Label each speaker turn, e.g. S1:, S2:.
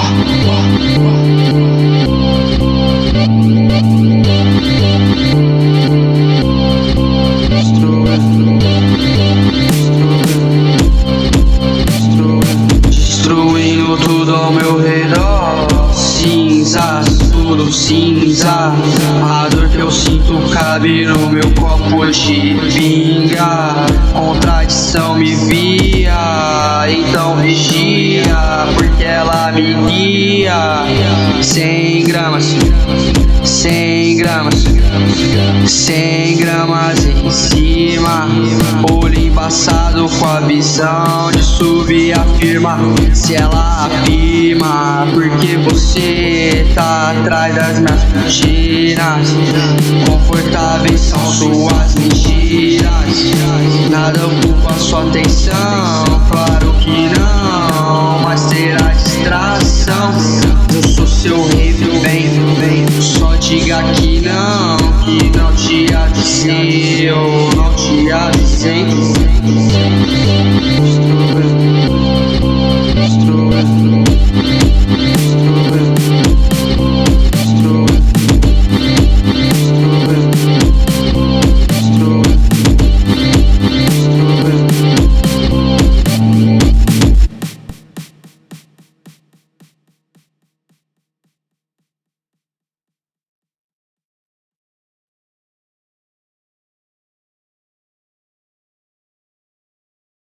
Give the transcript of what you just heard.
S1: Destruindo tudo ao meu redor. Cinzas, tudo cinza. A dor que eu sinto cabe no meu copo de pinga. Contradição me via, então vigia, porque ela me guia. 100 gramas, 100 gramas, 100 gramas em cima. Olho embaçado com a visão de subir a firma. Se ela afirma, porque você tá atrás das minhas cortinas. Confortáveis são suas mentiras. Nada ocupa sua atenção, claro que não, mas terá distração. Eu sou seu rei do bem, só diga que não te avisei, eu não te avisei.